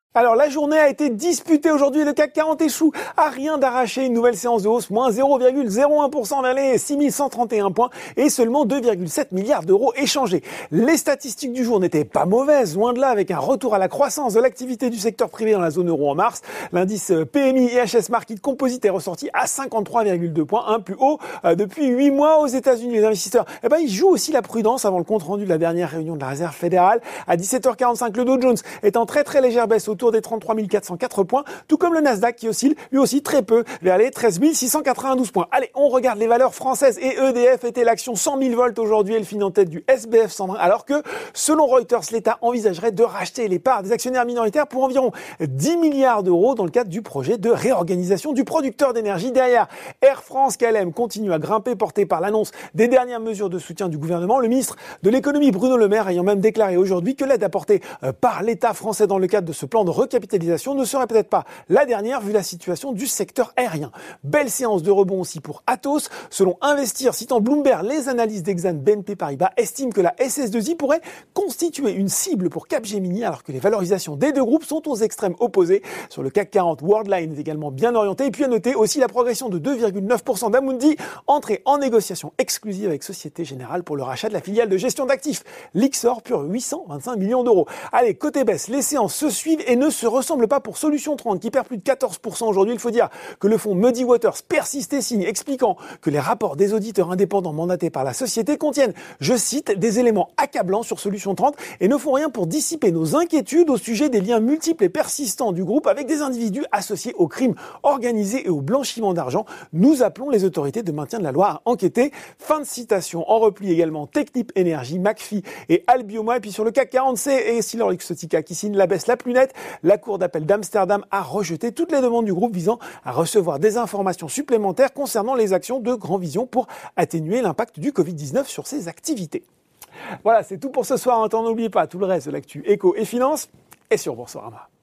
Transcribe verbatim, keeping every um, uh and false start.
Alors la journée a été disputée aujourd'hui et le C A C quarante échoue à rien d'arracher. Une nouvelle séance de hausse, moins zéro virgule zéro un pour cent vers les six mille cent trente et un points et seulement deux virgule sept milliards d'euros échangés. Les statistiques du jour n'étaient pas mauvaises, loin de là, avec un retour à la croissance de l'activité du secteur privé dans la zone euro en mars. L'indice P M I et H S Market Composite est ressorti à cinquante-trois virgule deux points, un plus haut depuis huit mois aux États-Unis. Les investisseurs, eh ben, ils jouent aussi la prudence avant le compte rendu de la dernière réunion de la Réserve fédérale. À dix-sept heures quarante-cinq, le Dow Jones est en très très légère baisse autour des trente-trois mille quatre cent quatre points, tout comme le Nasdaq qui oscille lui aussi très peu vers les treize mille six cent quatre-vingt-douze points. Allez, on regarde les valeurs françaises et E D F était l'action cent mille volts aujourd'hui. Elle finit en tête du S B F cent vingt alors que, selon Reuters, l'État envisagerait de racheter les parts des actionnaires minoritaires pour environ dix milliards d'euros dans le cadre du projet de réorganisation du producteur d'énergie. Derrière, Air France K L M continue à grimper, porté par l'annonce des dernières mesures de soutien du gouvernement. Le ministre de l'économie Bruno Le Maire ayant même déclaré aujourd'hui que l'aide apportée par l'État français dans le cadre de ce plan de recapitalisation ne serait peut-être pas la dernière vu la situation du secteur aérien. Belle séance de rebond aussi pour Atos. Selon Investir, citant Bloomberg, les analyses d'Exane B N P Paribas estiment que la S S deux I pourrait constituer une cible pour Capgemini alors que les valorisations des deux groupes sont aux extrêmes opposés. Sur le C A C quarante, Worldline est également bien orienté. Et puis à noter aussi la progression de deux virgule neuf pour cent d'Amundi, entrée en négociation exclusive avec Société Générale pour le rachat de la filiale de gestion d'actifs Lyxor pour huit cent vingt-cinq millions d'euros. Allez, côté baisse, les séances se suivent et ne se ressemblent pas pour Solution trente qui perd plus de quatorze pour cent aujourd'hui. Il faut dire que le fonds Muddy Waters persiste et signe, expliquant que les rapports des auditeurs indépendants mandatés par la société contiennent, je cite, des éléments accablants sur Solution trente et ne font rien pour dissiper nos inquiétudes au sujet des liens multiples et persistants du groupe avec des individus associés au crime organisé et au blanchiment d'argent. Nous appelons les autorités de maintien de la loi à enquêter. Fin de citation. En repli également Technip Energy, McPhy et Albioma. Et puis sur le C A C quarante, c'est EssilorLuxottica qui signe la baisse la plus nette. La Cour d'appel d'Amsterdam a rejeté toutes les demandes du groupe visant à recevoir des informations supplémentaires concernant les actions de Grand Vision pour atténuer l'impact du covid dix-neuf sur ses activités. Voilà, c'est tout pour ce soir. En temps, n'oubliez pas tout le reste de l'actu éco et finance est sur Boursorama.